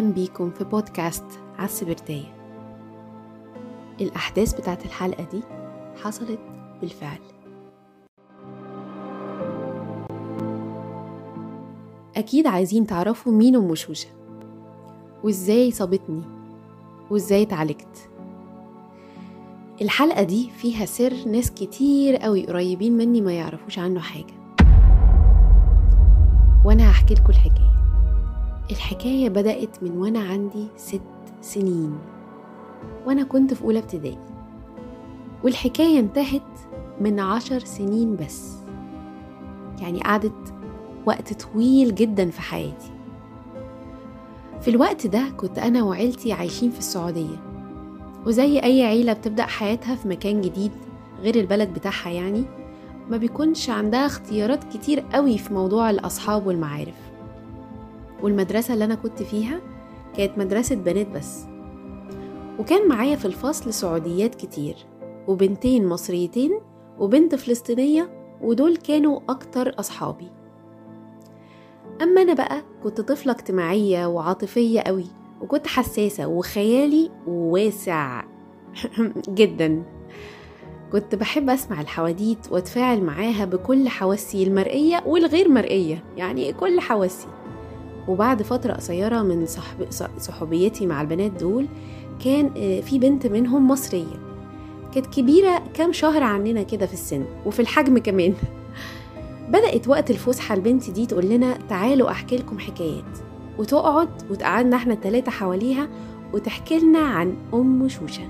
بيكم في بودكاست عالسبرتاية. الأحداث بتاعت الحلقة دي حصلت بالفعل. أكيد عايزين تعرفوا مين أم شوشة وإزاي صابتني وإزاي اتعالجت. الحلقة دي فيها سر ناس كتير قوي قريبين مني ما يعرفوش عنه حاجة، وأنا هحكي لكم الحكاية بدأت من وأنا عندي 6 سنين وأنا كنت في أولى ابتدائي، والحكاية انتهت من 10 سنين بس، يعني قعدت وقت طويل جدا في حياتي. في الوقت ده كنت أنا وعيلتي عايشين في السعودية، وزي أي عيلة بتبدأ حياتها في مكان جديد غير البلد بتاعها، يعني ما بيكونش عندها اختيارات كتير قوي في موضوع الأصحاب والمعارف. والمدرسة اللي أنا كنت فيها كانت مدرسة بنات بس، وكان معايا في الفصل سعوديات كتير وبنتين مصريتين وبنت فلسطينية، ودول كانوا أكتر أصحابي. أما أنا بقى كنت طفلة اجتماعية وعاطفية قوي، وكنت حساسة وخيالي واسع جدا. كنت بحب أسمع الحواديت واتفاعل معاها بكل حواسي المرئية والغير مرئية، يعني كل حواسي. وبعد فترة قصيرة من صحوبيتي مع البنات دول، كان في بنت منهم مصرية، كانت كبيرة كام شهر عننا كده في السن وفي الحجم كمان. بدأت وقت الفسحة البنت دي تقول لنا تعالوا أحكي لكم حكايات، وتقعد وتقعدنا احنا الثلاثة حواليها وتحكي لنا عن أم شوشة.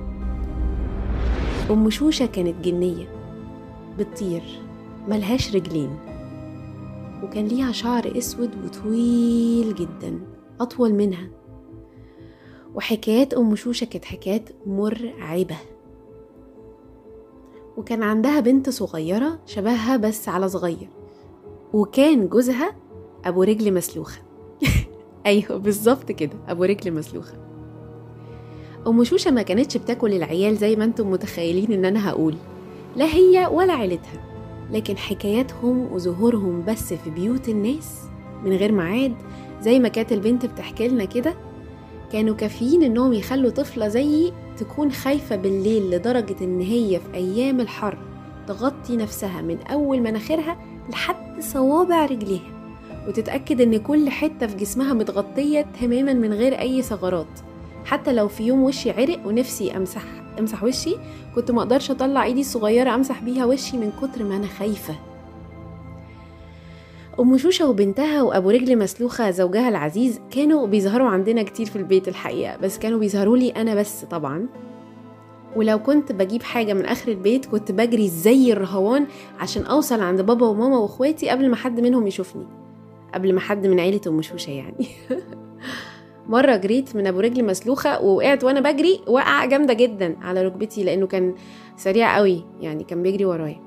أم شوشة كانت جنية بتطير ملهاش رجلين، وكان ليها شعر اسود وطويل جدا اطول منها. وحكايات ام شوشة كانت حكايات مرعبة. وكان عندها بنت صغيرة شبهها بس على صغير، وكان جوزها ابو رجل مسلوخة. ايوه بالظبط كده، ابو رجل مسلوخة. ام شوشة ما كانتش بتاكل العيال زي ما انتم متخيلين ان انا هقول، لا هي ولا عيلتها، لكن حكاياتهم وظهورهم بس في بيوت الناس من غير ميعاد زي ما كانت البنت بتحكي لنا كده، كانوا كافيين انهم يخلوا طفلة زيي تكون خايفة بالليل لدرجة ان هي في ايام الحر تغطي نفسها من اول مناخيرها لحد صوابع رجليها، وتتأكد ان كل حتة في جسمها متغطية تماما من غير اي ثغرات. حتى لو في يوم وشي عرق ونفسي امسح وشي، كنت ما اقدرش اطلع ايدي الصغيرة امسح بيها وشي من كتر ما انا خايفة. ام شوشة وبنتها وابو رجل مسلوخة زوجها العزيز كانوا بيظهروا عندنا كتير في البيت الحقيقة، بس كانوا بيظهروا لي انا بس طبعا. ولو كنت بجيب حاجة من اخر البيت كنت بجري زي الرهوان عشان اوصل عند بابا وماما واخواتي قبل ما حد منهم يشوفني، قبل ما حد من عيلة ام شوشة يعني. مرة جريت من ابو رجل مسلوخة ووقعت وانا بجري وقعة جامدة جدا على ركبتي، لانه كان سريع قوي، يعني كان بيجري ورايا.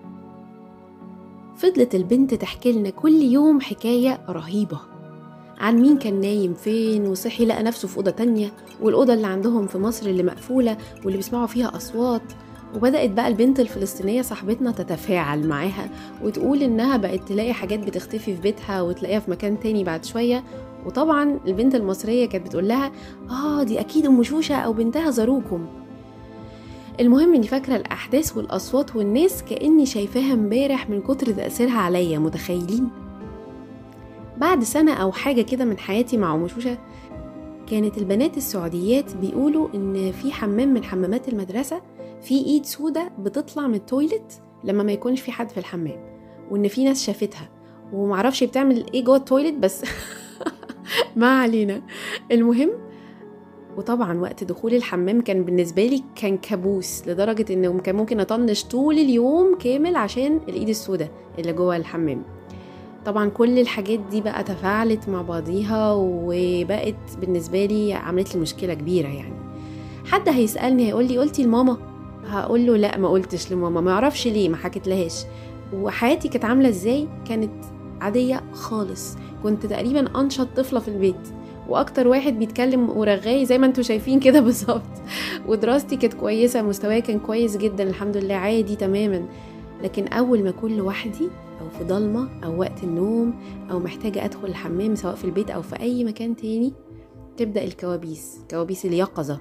فضلت البنت تحكي لنا كل يوم حكاية رهيبة عن مين كان نايم فين وصحي لقى نفسه في أوضة تانية، والأوضة اللي عندهم في مصر اللي مقفولة واللي بيسمعوا فيها أصوات. وبدأت بقى البنت الفلسطينية صاحبتنا تتفاعل معاها وتقول إنها بقت تلاقي حاجات بتختفي في بيتها وتلاقيها في مكان تاني بعد شوية. وطبعا البنت المصرية كانت بتقول لها دي أكيد أم شوشة أو بنتها زاروكم. المهم اني فاكرة الأحداث والأصوات والناس كأني شايفاها امبارح من كتر تأثيرها عليا، متخيلين؟ بعد سنة أو حاجة كده من حياتي مع أم شوشة، كانت البنات السعوديات بيقولوا إن في حمام من حمامات المدرسة في إيد سودة بتطلع من التويلت لما ما يكونش في حد في الحمام، وإن في ناس شافتها ومعرفش بتعمل إيه جوه التويلت بس. ما علينا. المهم، وطبعا وقت دخول الحمام كان بالنسبة لي كان كابوس، لدرجة انه كان ممكن اطنش طول اليوم كامل عشان الايد السوداء اللي جوه الحمام. طبعا كل الحاجات دي بقى تفاعلت مع بعضيها وبقت بالنسبة لي عملت لي مشكلة كبيرة. يعني حد هيسألني هيقول لي قلتي لماما؟ هقول له لا، ما قلتش لماما، ما اعرفش ليه، ما حكيت لهاش. وحياتي كانت عاملة ازاي؟ كانت عادية خالص، كنت تقريبا انشط طفلة في البيت واكتر واحد بيتكلم ورغاي زي ما انتوا شايفين كده بالظبط. ودراستي كانت كويسة، مستواي كان كويس جدا الحمد لله، عادي تماما. لكن اول ما اكون لوحدي او في ضلمة او وقت النوم او محتاجة ادخل الحمام سواء في البيت او في اي مكان تاني، تبدأ كوابيس اليقظة.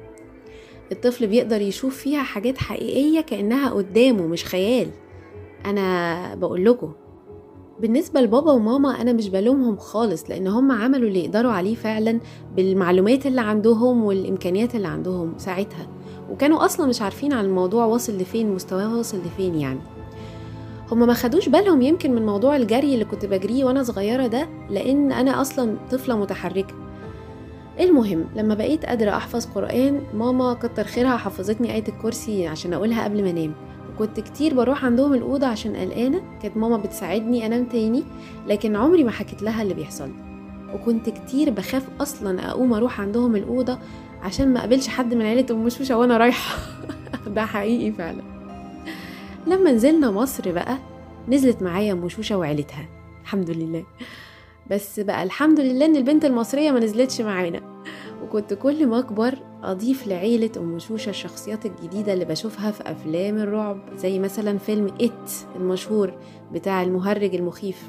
الطفل بيقدر يشوف فيها حاجات حقيقية كأنها قدامه مش خيال. أنا بقول لكم بالنسبة لبابا وماما أنا مش بلومهم خالص، لأن هم عملوا اللي يقدروا عليه فعلا بالمعلومات اللي عندهم والإمكانيات اللي عندهم ساعتها، وكانوا أصلا مش عارفين عن الموضوع واصل لفين، مستواه واصل لفين. يعني هم ما خدوش بالهم يمكن من موضوع الجري اللي كنت بجريه وأنا صغيرة ده، لأن أنا أصلا طفلة متحركة. المهم لما بقيت قادرة أحفظ قرآن، ماما كتر خيرها حفظتني آية الكرسي عشان أقولها قبل ما أنام، وكنت كتير بروح عندهم الأوضة عشان قلقانة. كانت ماما بتساعدني أنام تاني، لكن عمري ما حكيت لها اللي بيحصل. وكنت كتير بخاف أصلا أقوم أروح عندهم الأوضة عشان ما قابلش حد من عيلة أم مشوشة وأنا رايحة. ده حقيقي فعلا. لما نزلنا مصر بقى نزلت معايا أم مشوشة وعيلتها الحمد لله، بس بقى الحمد لله إن البنت المصرية ما نزلتش معانا. وكنت كل ما أكبر أضيف لعيلة أم شوشة الشخصيات الجديدة اللي بشوفها في أفلام الرعب، زي مثلا فيلم إت المشهور بتاع المهرج المخيف.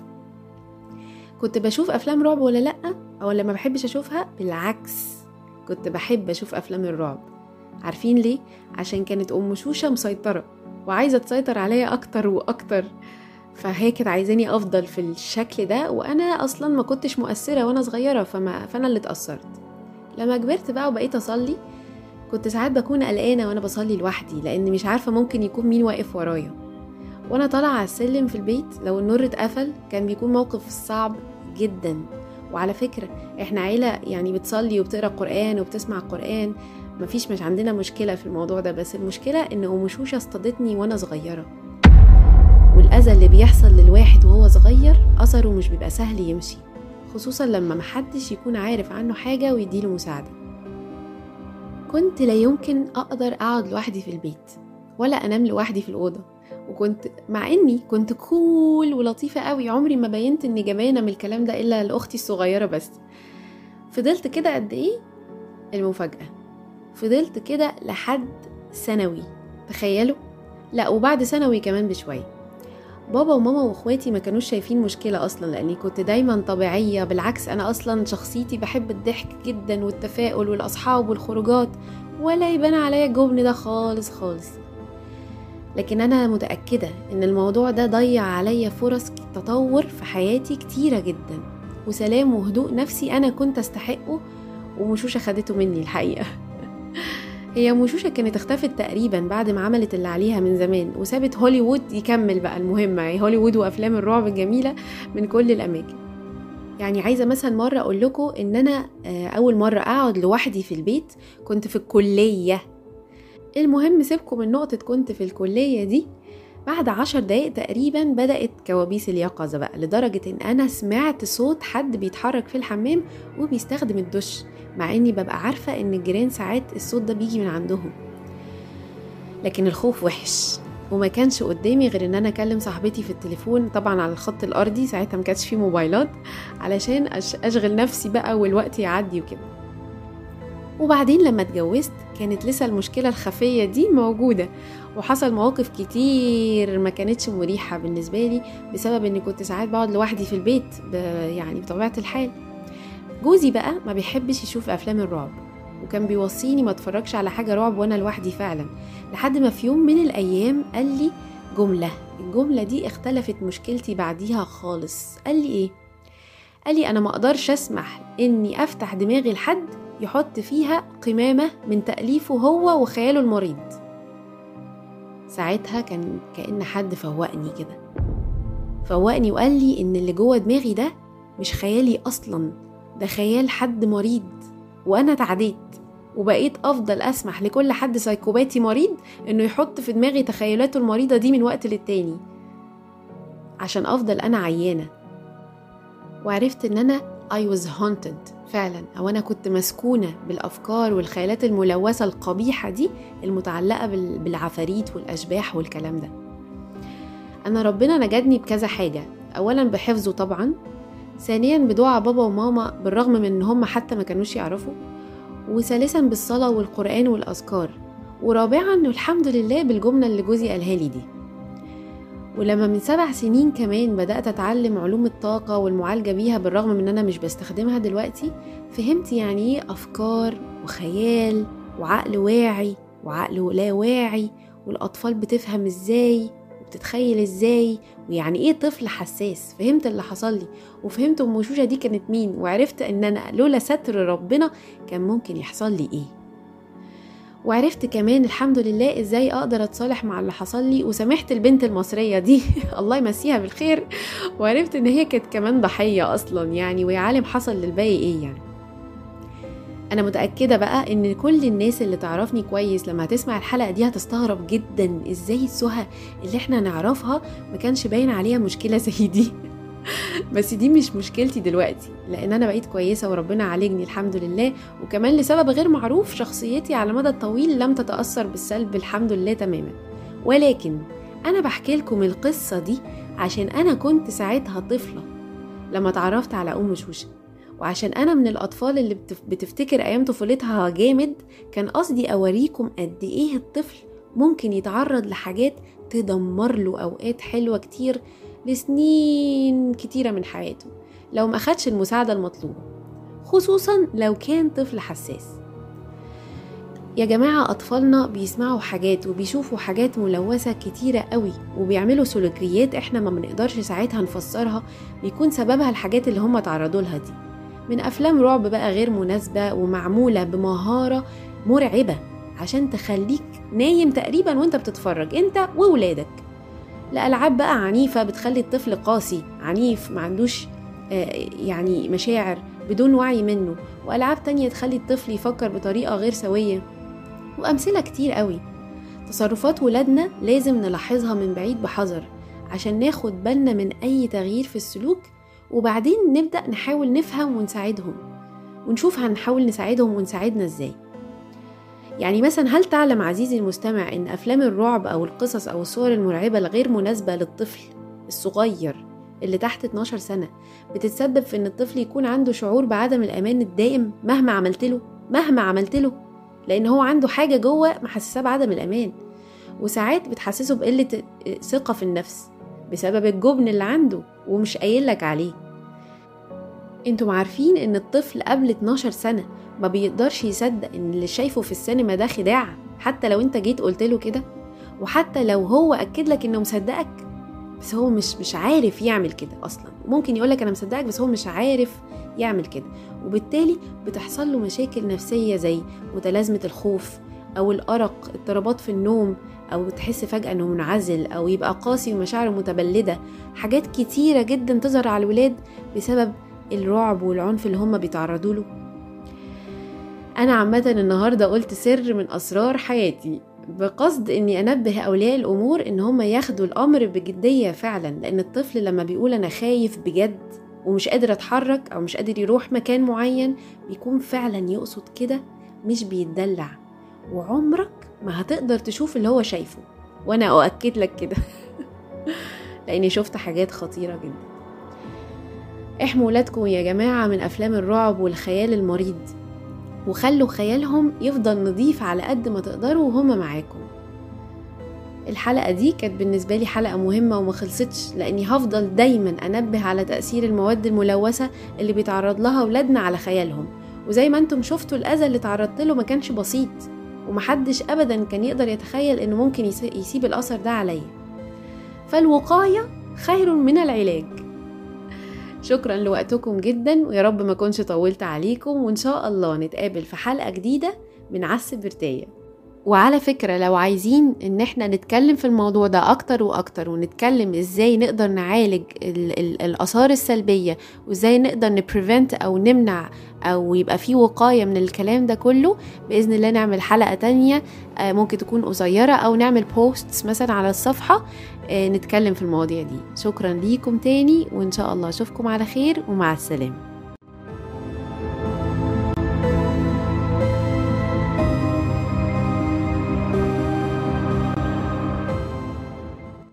كنت بشوف أفلام رعب ولا لأ؟ أو لما بحبش أشوفها؟ بالعكس، كنت بحب أشوف أفلام الرعب. عارفين ليه؟ عشان كانت أم شوشة مسيطرة وعايزة تسيطر عليا أكتر وأكتر، فهي كانت عايزاني أفضل في الشكل ده، وأنا أصلا ما كنتش مؤثرة وأنا صغيرة، فأنا اللي اتأثرت. لما كبرت بقى وبقيت أصلي، كنت ساعات بكون قلقانة وأنا بصلي لوحدي، لأن مش عارفة ممكن يكون مين واقف ورايا. وأنا طالعة على السلم في البيت لو النور اتقفل كان بيكون موقف صعب جدا. وعلى فكرة احنا عيلة يعني بتصلي وبتقرأ قرآن وبتسمع قرآن، مش عندنا مشكلة في الموضوع ده، بس المشكلة إن أم شوشة اصطادتني وأنا صغيرة، والأذى اللي بيحصل للواحد وهو صغير أثره مش بيبقى سهل يمشي، خصوصا لما محدش يكون عارف عنه حاجة ويديله مساعدة. كنت لا يمكن أقدر أقعد لوحدي في البيت ولا أنام لوحدي في الأوضة، وكنت مع إني كنت كول ولطيفة قوي، عمري ما بينت إني جبانة من الكلام ده إلا لأختي الصغيرة بس. فضلت كده قد إيه؟ المفاجأة، فضلت كده لحد ثانوي، تخيلوا. لا، وبعد ثانوي كمان بشوية. بابا وماما واخواتي ما كانوش شايفين مشكلة أصلا، لأني كنت دايما طبيعية، بالعكس أنا أصلا شخصيتي بحب الضحك جدا والتفاؤل والأصحاب والخروجات، ولا يبان عليا الجبن ده خالص خالص. لكن أنا متأكدة إن الموضوع ده ضيع عليا فرص تطور في حياتي كتيرة جدا، وسلام وهدوء نفسي أنا كنت أستحقه، ومشوشة خدته مني الحقيقة. هي مشوشة كانت اختفت تقريبا بعد ما عملت اللي عليها من زمان، وسابت هوليوود يكمل بقى المهمة، هوليوود وأفلام الرعب الجميلة من كل الأماكن. يعني عايزة مثلا مرة أقول لكم إن أنا أول مرة أقعد لوحدي في البيت كنت في الكلية. المهم سيبكم من نقطة كنت في الكلية دي، بعد 10 دقايق تقريبا بدأت كوابيس اليقظة بقى، لدرجة إن أنا سمعت صوت حد بيتحرك في الحمام وبيستخدم الدش، مع إني ببقى عارفة إن الجيران ساعات الصوت ده بيجي من عندهم. لكن الخوف وحش، وما كانش قدامي غير إن أنا أكلم صاحبتي في التليفون، طبعا على الخط الأرضي، ساعتها ما كانش فيه موبايلات، علشان أشغل نفسي بقى والوقت يعدي وكده. وبعدين لما اتجوزت كانت لسه المشكلة الخفية دي موجودة، وحصل مواقف كتير ما كانتش مريحة بالنسبة لي، بسبب اني كنت ساعات بقعد لوحدي في البيت يعني بطبيعة الحال. جوزي بقى ما بيحبش يشوف افلام الرعب، وكان بيوصيني ما اتفرجش على حاجة رعب وانا لوحدي فعلا، لحد ما في يوم من الايام قال لي الجملة دي اختلفت مشكلتي بعديها خالص. قال لي ايه؟ قال لي انا ما اقدرش اسمح اني افتح دماغي لحد يحط فيها قمامة من تأليفه هو وخياله المريض. ساعتها كأن حد فوقني كده، فوقني وقال لي ان اللي جوه دماغي ده مش خيالي اصلا، ده خيال حد مريض، وانا تعديت وبقيت افضل اسمح لكل حد سايكوباتي مريض انه يحط في دماغي تخيلاته المريضة دي من وقت للتاني عشان افضل انا عيانة. وعرفت ان انا I was haunted فعلا، او انا كنت مسكونة بالافكار والخيالات الملوثة القبيحة دي المتعلقة بالعفاريت والاشباح والكلام ده. انا ربنا نجدني بكذا حاجة، اولا بحفظه طبعا، ثانيا بدعاء بابا وماما بالرغم من ان هم حتى ما كانوش يعرفوا، وثالثا بالصلاة والقرآن والأذكار، ورابعا الحمد لله بالجملة اللي جوزي قالها لي دي. ولما من 7 سنين كمان بدأت أتعلم علوم الطاقة والمعالجة بيها بالرغم من أنا مش بستخدمها دلوقتي، فهمت يعني إيه أفكار وخيال وعقل واعي وعقل لا واعي، والأطفال بتفهم إزاي وبتتخيل إزاي، ويعني إيه طفل حساس. فهمت اللي حصل لي، وفهمت أم وشوشة دي كانت مين، وعرفت إن أنا لولا ستر ربنا كان ممكن يحصل لي إيه. وعرفت كمان الحمد لله ازاي اقدر اتصالح مع اللي حصل لي، وسامحت البنت المصرية دي الله يمسيها بالخير، وعرفت ان هي كانت كمان ضحية اصلا يعني، ويا عالم حصل للباقي ايه يعني. انا متأكدة بقى ان كل الناس اللي تعرفني كويس لما هتسمع الحلقة دي هتستغرب جدا ازاي سهى اللي احنا نعرفها ما كانش باين عليها مشكلة زي دي. بس دي مش مشكلتي دلوقتي، لان انا بقيت كويسة وربنا عالجني الحمد لله، وكمان لسبب غير معروف شخصيتي على مدى الطويل لم تتأثر بالسلب الحمد لله تماما. ولكن انا بحكي لكم القصة دي عشان انا كنت ساعتها طفلة لما تعرفت على ام شوشة، وعشان انا من الاطفال اللي بتفتكر ايام طفولتها جامد. كان قصدي اوريكم قد ايه الطفل ممكن يتعرض لحاجات تدمر له اوقات حلوة كتير لسنين كتيرة من حياته لو ما أخدش المساعدة المطلوبة، خصوصا لو كان طفل حساس. يا جماعة أطفالنا بيسمعوا حاجات وبيشوفوا حاجات ملوثة كتيرة قوي، وبيعملوا سلوكيات إحنا ما بنقدرش ساعتها نفسرها، بيكون سببها الحاجات اللي هم تعرضوا لها دي، من أفلام رعب بقى غير مناسبة ومعمولة بمهارة مرعبة عشان تخليك نايم تقريبا وانت بتتفرج انت وولادك، لألعاب بقى عنيفة بتخلي الطفل قاسي عنيف ما عندوش يعني مشاعر بدون وعي منه، وألعاب تانية تخلي الطفل يفكر بطريقة غير سوية، وأمثلة كتير قوي. تصرفات ولادنا لازم نلاحظها من بعيد بحذر عشان ناخد بالنا من أي تغيير في السلوك، وبعدين نبدأ نحاول نفهم ونساعدهم، ونشوف هنحاول نساعدهم ونساعدنا ازاي. يعني مثلا هل تعلم عزيزي المستمع ان افلام الرعب او القصص او الصور المرعبة الغير مناسبة للطفل الصغير اللي تحت 12 سنة بتتسبب في ان الطفل يكون عنده شعور بعدم الامان الدائم مهما عملت له، لان هو عنده حاجة جوه محسساه بعدم الامان، وساعات بتحسسه بقلة ثقة في النفس بسبب الجبن اللي عنده ومش قايلك عليه. انتم عارفين ان الطفل قبل 12 سنة ما بيقدرش يصدق ان اللي شايفه في السينما ده خداع، حتى لو انت جيت قلت له كده، وحتى لو هو اكد لك انه مصدقك، بس هو مش عارف يعمل كده اصلا. ممكن يقولك انا مصدقك بس هو مش عارف يعمل كده، وبالتالي بتحصل له مشاكل نفسية زي متلازمة الخوف او الارق، اضطرابات في النوم، او تحس فجأة انه منعزل، او يبقى قاسي ومشاعره متبلدة. حاجات كتيرة جدا تظهر على الولاد بسبب الرعب والعنف اللي هم بيتعرضوا له. أنا عامة النهاردة قلت سر من أسرار حياتي بقصد أني أنبه أولياء الأمور إن هم ياخدوا الأمر بجدية فعلا، لأن الطفل لما بيقول أنا خايف بجد ومش قادر أتحرك أو مش قادر يروح مكان معين بيكون فعلا يقصد كده، مش بيتدلع، وعمرك ما هتقدر تشوف اللي هو شايفه، وأنا أؤكد لك كده لأني شفت حاجات خطيرة جدا. احموا ولادكم يا جماعة من أفلام الرعب والخيال المريض، وخلوا خيالهم يفضل نظيف على قد ما تقدروا وهم معاكم. الحلقة دي كانت بالنسبة لي حلقة مهمة وما خلصتش، لأني هفضل دايما أنبه على تأثير المواد الملوثة اللي بيتعرض لها ولادنا على خيالهم. وزي ما انتم شفتوا الأذى اللي تعرضت له ما كانش بسيط، ومحدش أبدا كان يقدر يتخيل إنه ممكن يسيب الأثر ده عليا. فالوقاية خير من العلاج. شكرا لوقتكم جدا، ويا رب ما كنش طولت عليكم، وإن شاء الله نتقابل في حلقة جديدة من عس برتاية. وعلى فكرة لو عايزين ان احنا نتكلم في الموضوع ده اكتر واكتر، ونتكلم ازاي نقدر نعالج الآثار السلبية، وازاي نقدر نبريفنت او نمنع او يبقى فيه وقاية من الكلام ده كله، بإذن الله نعمل حلقة تانية ممكن تكون قصيرة، او نعمل بوستس مثلا على الصفحة نتكلم في المواضيع دي. شكرا ليكم تاني، وإن شاء الله أشوفكم على خير، ومع السلامة.